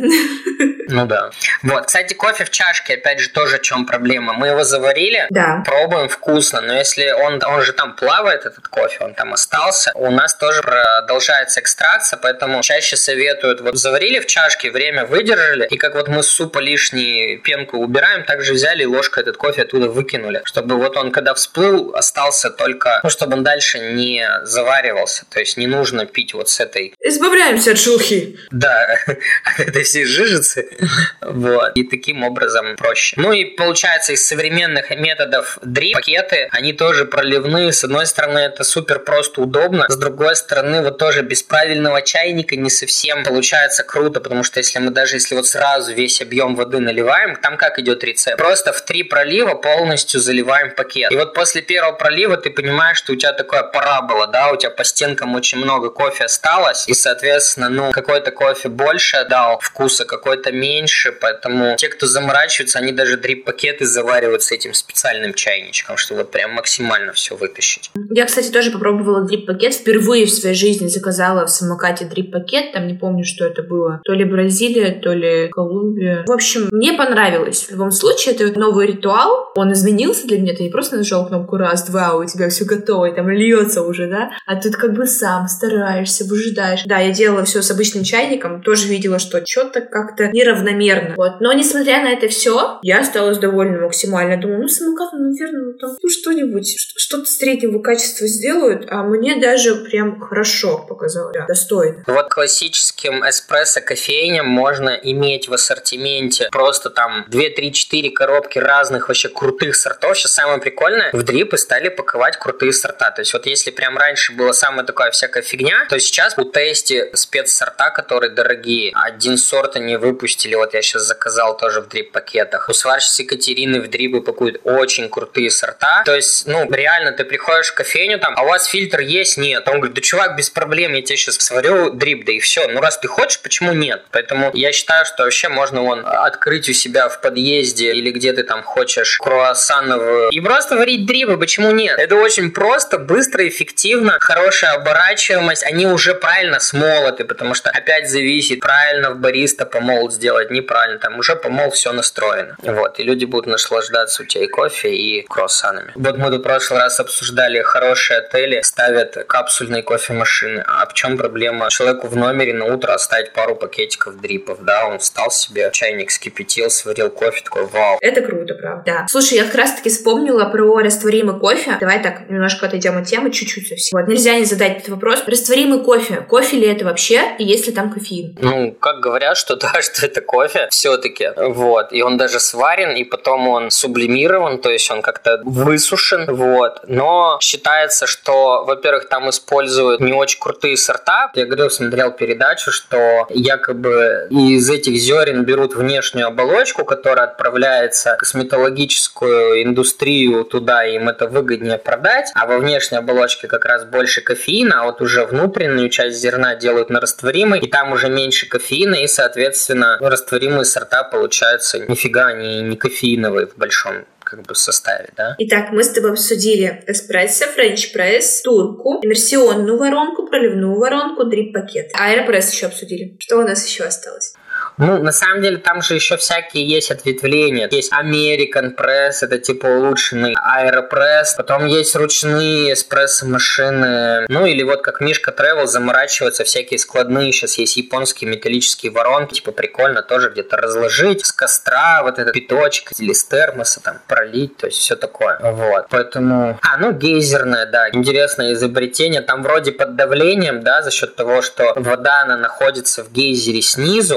Ну да. Вот, кстати, кофе в чашке, опять же, тоже в чем проблема. Мы его заварили, да, пробуем, вкусно, но если он же там плавает, этот кофе, он там остался, у нас тоже продолжается экстракция, поэтому чаще советуют, вот заварили в чашке, время выдержали, и как вот мы с супа лишнюю пенку убираем, также взяли и ложкой этот кофе оттуда выкинули, чтобы вот он, когда всплыл, остался только, чтобы он дальше не заваривался, то есть не нужно пить вот с этой... Избавляемся от шелухи. Да, от этой всей жижицы. Вот. И таким образом проще. Ну и получается, из современных методов дрип-пакеты, они тоже проливные. С одной стороны, это супер просто удобно. С другой стороны, вот тоже без правильного чайника не совсем получается круто, потому что если вот сразу весь объем воды наливаем, там как идет рецепт? Просто в 3 пролива полностью заливаем пакет. И вот после первого пролива ты понимаешь, что у тебя такая парабола, да, у тебя по стенкам очень много кофе осталось, и, соответственно, какой-то кофе больше дал вкуса, какой-то меньше, поэтому те, кто заморачивается, они даже дрип-пакеты заваривают с этим специальным чайничком, чтобы вот прям максимально все вытащить. Я, кстати, тоже попробовала дрип-пакет. Впервые в своей жизни заказала в самокате дрип-пакет. Там не помню, что это было. То ли Бразилия, то ли Колумбия. В общем, мне понравилось. В любом случае, это новый ритуал. Он изменился для меня. Ты не просто нажал кнопку раз, два, у тебя все готово, и там льется уже, да? А тут как бы сам стараешься, выжидаешь. Да, я делала все с обычным чайником. Тоже видела, что что-то как-то неравномерно. Вот. Но, несмотря на это все, я осталась довольна максимально. Думаю, самокат, наверное, там что-нибудь, что-то среднего качества сделают, а мне даже прям хорошо показалось. Да, достойно. Вот классическим эспрессо кофейням можно иметь в ассортименте просто там 2, 3, 4 коробки разных вообще крутых сортов. Сейчас самое прикольное, в дрипы стали паковать крутые сорта. То есть вот если прям раньше была самая такая всякая фигня, то сейчас у Tasty спецсорта, которые дорогие. Один сорт они выпустили, вот я сейчас заказал тоже в дрип-пакетах. У сварщицы Екатерины в дрипы пакуют очень крутые сорта. То есть, реально, ты приходишь в кофейню там, а у вас фильтр есть? Нет. Он говорит, да чувак, без проблем, я тебе сейчас сварю дрип, да и все. Раз ты хочешь, почему нет? Поэтому я считаю, что вообще можно открыть у себя в подъезде или где ты там хочешь круассановую и просто варить дрипы, почему нет? Это очень просто, быстро, эффективно, хорошая оборачиваемость, они уже правильно смолоты, потому что опять зависит, правильно в бариста помол сделать, неправильно, там уже помол, все настроено. Вот, и люди будут наслаждаться у тебя и кофе, и круассанами. Вот мы в прошлый раз обсуждали, хорошие отели ставят капсульные кофемашины. А в чем проблема? Человеку в номере на утро оставить пару пакетиков дрипов, да, он встал себе, чайник вскипятил, сварил кофе, такой, вау. Это круто, правда. Да. Слушай, я как раз-таки вспомнила про растворимый кофе. Давай так, немножко отойдем от темы, чуть-чуть совсем. Вот, нельзя не задать этот вопрос. Растворимый кофе. Кофе ли это вообще? И есть ли там кофеин? Как говорят, что да, что это кофе все-таки. Вот. И он даже сварен, и потом он сублимирован, то есть он как-то высушен. Вот. Но считается, что, во-первых, там используют не очень крутые сорта. Я говорил, смотрел передачу, что якобы из этих зерен берут внешнюю оболочку, которая отправляется в косметологическую индустрию туда, им это выгоднее продать, а во внешней оболочке как раз больше кофеина, а вот уже внутреннюю часть зерна делают на растворимый, и там уже меньше кофеина, и, соответственно, растворимые сорта получаются нифига не кофеиновые в большом составе, да? Итак, мы с тобой обсудили эспрессо, френч-пресс, турку, иммерсионную воронку, проливную воронку, дрип-пакет. Аэропресс еще обсудили. Что у нас еще осталось? На самом деле, там же еще всякие есть ответвления. Есть American Press, это типа улучшенный Aeropress. Потом есть ручные эспрессо-машины. Или вот как Мишка Travel заморачиваются всякие складные. Сейчас есть японские металлические воронки. Типа прикольно тоже где-то разложить с костра вот этот пяточек или с термоса там пролить. То есть все такое. Вот. Поэтому... гейзерная, да. Интересное изобретение. Там вроде под давлением, да, за счет того, что вода, она находится в гейзере снизу. Она закипает,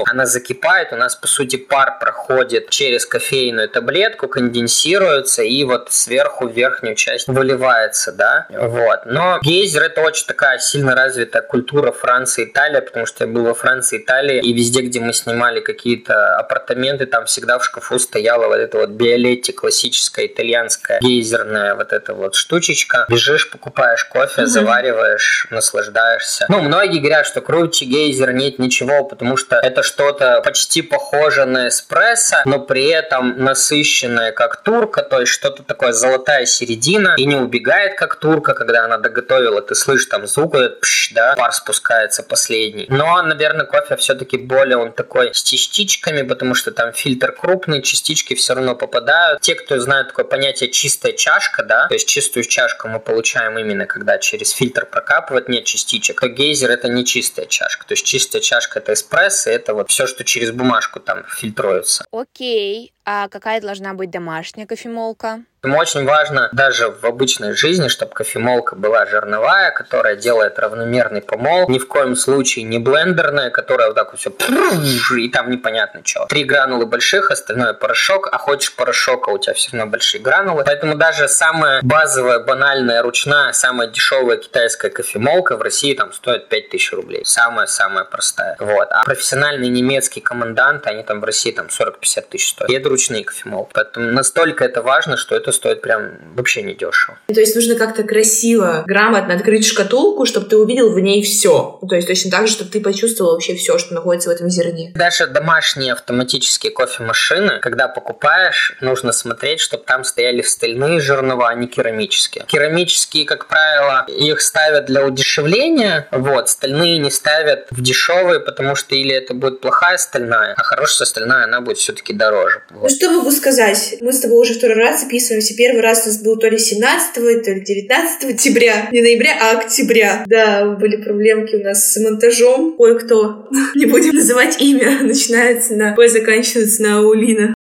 закипает, у нас, по сути, пар проходит через кофейную таблетку, конденсируется и вот сверху в верхнюю часть выливается, да, вот. Но гейзер — это очень такая сильно развитая культура Франции и Италии, потому что я был во Франции и Италии, и везде, где мы снимали какие-то апартаменты, там всегда в шкафу стояла вот эта вот Биолетти, классическая итальянская гейзерная вот эта вот штучечка. Бежишь, покупаешь кофе, завариваешь, наслаждаешься. Ну, многие говорят, что круче гейзера нет ничего, потому что это что-то почти похоже на эспрессо, но при этом насыщенное как турка, то есть что-то такое золотая середина, и не убегает как турка, когда она доготовила, ты слышишь там звук, да, пар спускается последний. Но, наверное, кофе все-таки более он такой с частичками, потому что там фильтр крупный, частички все равно попадают. Те, кто знает такое понятие чистая чашка, да, то есть чистую чашку мы получаем именно когда через фильтр прокапывать, нет частичек, то гейзер — это не чистая чашка. То есть чистая чашка — это эспрессо, это вот все, что через бумажку там фильтруется. Окей, а какая должна быть домашняя кофемолка? Очень важно даже в обычной жизни, чтобы кофемолка была жерновая, которая делает равномерный помол. Ни в коем случае не блендерная, которая вот так вот все и там непонятно что. 3 гранулы больших, остальное порошок, а хочешь порошок, а у тебя все равно большие гранулы. Поэтому даже самая базовая, банальная, ручная, самая дешевая китайская кофемолка в России там стоит 5000 рублей. Самая-самая простая. Вот. А профессиональные немецкие команданты, они там в России там 40-50 тысяч стоят. И это ручные кофемолки. Поэтому настолько это важно, что это стоит прям вообще недешево. То есть нужно как-то красиво, грамотно открыть шкатулку, чтобы ты увидел в ней все. То есть точно так же, чтобы ты почувствовал вообще все, что находится в этом зерне. Даже домашние автоматические кофемашины, когда покупаешь, нужно смотреть, чтобы там стояли стальные жернова, а не керамические. Керамические, как правило, их ставят для удешевления, вот, стальные не ставят в дешевые, потому что или это будет плохая стальная, а хорошая стальная, она будет все-таки дороже. Вот. Ну что могу сказать? Мы с тобой уже второй раз записываемся. Первый раз у нас был то ли 17, то ли 19 октября. Не ноября, а октября. Да, были проблемки у нас с монтажом. Кое-кто, не будем называть имя, начинается на Ой, заканчивается на Аулина.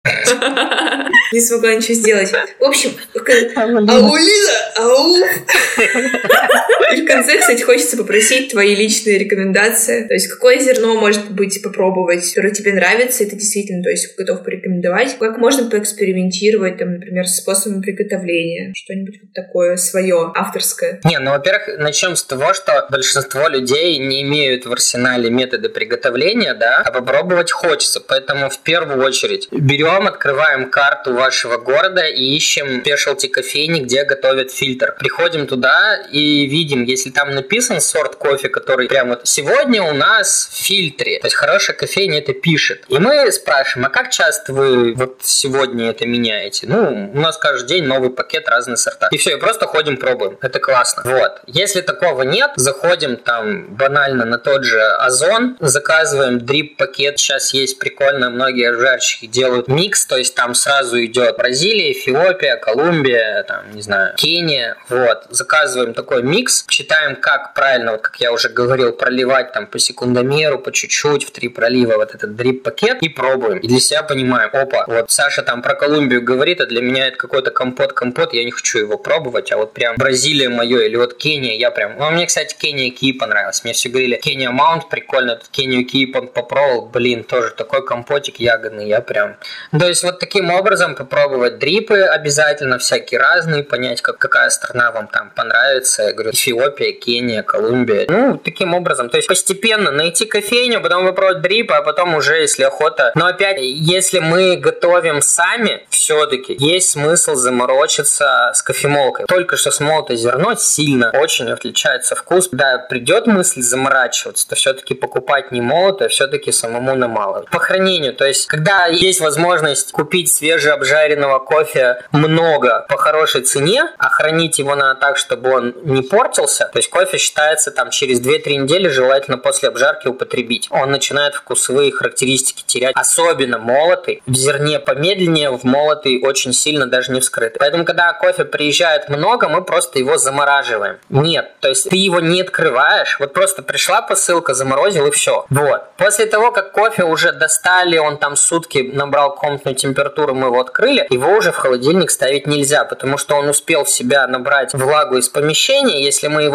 Не смогла ничего сделать. В общем, Аулина! Ау! И в конце, кстати, хочется попросить твои личные рекомендации. То есть, какое зерно, может быть, попробовать, которое тебе нравится, и ты действительно, то есть, готов порекомендовать. Как можно поэкспериментировать, там, например, с способом приготовления. Что-нибудь вот такое свое, авторское. Не, ну, во-первых, начнем с того, что большинство людей не имеют в арсенале методы приготовления, да, а попробовать хочется. Поэтому в первую очередь берем, открываем карту вашего города и ищем спешлти кофейни, где готовят фильтр. Приходим туда и видим, если там написан сорт кофе, который прям вот сегодня у нас в фильтре, то есть хорошая кофейня это пишет. И мы спрашиваем, а как часто вы вот сегодня это меняете? Ну, у нас каждый день новый пакет, разные сорта. И все, и просто ходим, пробуем. Это классно. Вот. Если такого нет, заходим там банально на тот же Озон, заказываем дрип-пакет. Сейчас есть прикольно, многие жарщики делают микс, то есть там сразу идет Бразилия, Эфиопия, Колумбия, там, не знаю, Кения. Вот. Заказываем такой микс, читаем, как правильно, вот как я уже говорил, проливать там по секундомеру, по чуть-чуть, в 3 пролива вот этот дрип-пакет и пробуем. И для себя понимаем, опа, вот Саша там про Колумбию говорит, а для меня это какой-то компот, я не хочу его пробовать, а вот прям Бразилия мое или вот Кения, я прям... Ну, мне, кстати, Кения Ки понравилось. Мне все говорили, Кения Маунт прикольно, этот Кению Ки попробовал, блин, тоже такой компотик ягодный, я прям... То есть вот таким образом попробовать дрипы обязательно, всякие разные, понять, какая страна вам там понравится. Я говорю, Эфиопия, Кения, Колумбия. Ну, таким образом, то есть постепенно найти кофейню, потом попробовать дрипы, а потом уже, если охота. Но опять, если мы готовим сами, все-таки есть смысл заморочиться с кофемолкой. Только что смолотое зерно сильно очень отличается вкус. Когда придет мысль заморачиваться, то все-таки покупать не молотое, а все-таки самому намалывать. По хранению, то есть, когда есть возможность купить свежеобжаренного кофе много по хорошей цене, а хранить его надо так, чтобы он не портился, то есть кофе считается там через 2-3 недели желательно после обжарки употребить. Он начинает вкусовые характеристики терять. Особенно молотый. В зерне помедленнее, в молотый очень сильно даже не вскрытый. Поэтому, когда кофе приезжает много, мы просто его замораживаем. Нет, то есть ты его не открываешь, вот просто пришла посылка, заморозил и все. Вот. После того, как кофе уже достали, он там сутки набрал комнатную температуру, мы его открыли, его уже в холодильник ставить нельзя, потому что он успел в себя набрать влагу из помещения. Если мы его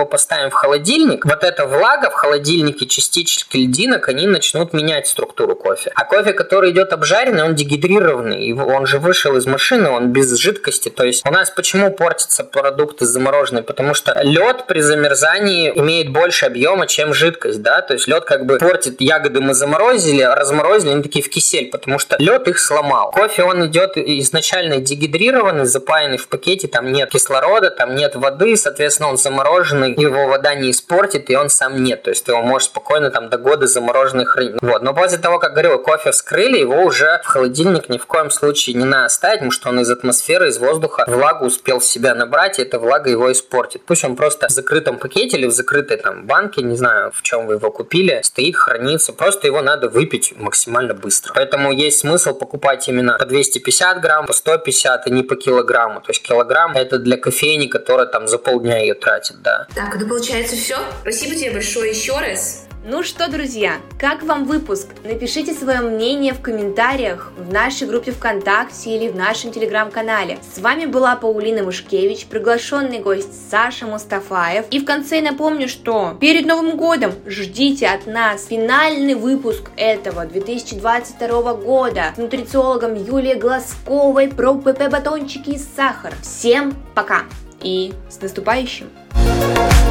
его поставим в холодильник, вот эта влага в холодильнике, частички льдинок, они начнут менять структуру кофе. А кофе, который идет обжаренный, он дегидрированный, он же вышел из машины, он без жидкости. То есть у нас почему портятся продукты замороженные? Потому что лед при замерзании имеет больше объема, чем жидкость, да, то есть лед как бы портит, ягоды мы заморозили, разморозили, они такие в кисель, потому что лед их сломал. Кофе, он идет изначально дегидрированный, запаянный в пакете, там нет кислорода, там нет воды, соответственно, он замороженный, его вода не испортит, и он сам нет, то есть ты его можешь спокойно там до года замороженный хранить. Вот, но после того, как, говорю, кофе вскрыли, его уже в холодильник ни в коем случае не надо ставить, потому что он из атмосферы, из воздуха влагу успел в себя набрать, и эта влага его испортит. Пусть он просто в закрытом пакете или в закрытой там банке, не знаю, в чем вы его купили, стоит, хранится, просто его надо выпить максимально быстро. Поэтому есть смысл покупать именно по 250 грамм, по 150 и не по килограмму. То есть килограмм это для кофейни, которая там за полдня ее тратит, да. Так, ну получается все. Спасибо тебе большое еще раз. Ну что, друзья, как вам выпуск? Напишите свое мнение в комментариях в нашей группе ВКонтакте или в нашем телеграм-канале. С вами была Паулина Мышкевич, приглашенный гость Саша Мустафаев. И в конце напомню, что перед Новым годом ждите от нас финальный выпуск этого 2022 года с нутрициологом Юлией Глазковой про ПП-батончики и сахар. Всем пока и с наступающим!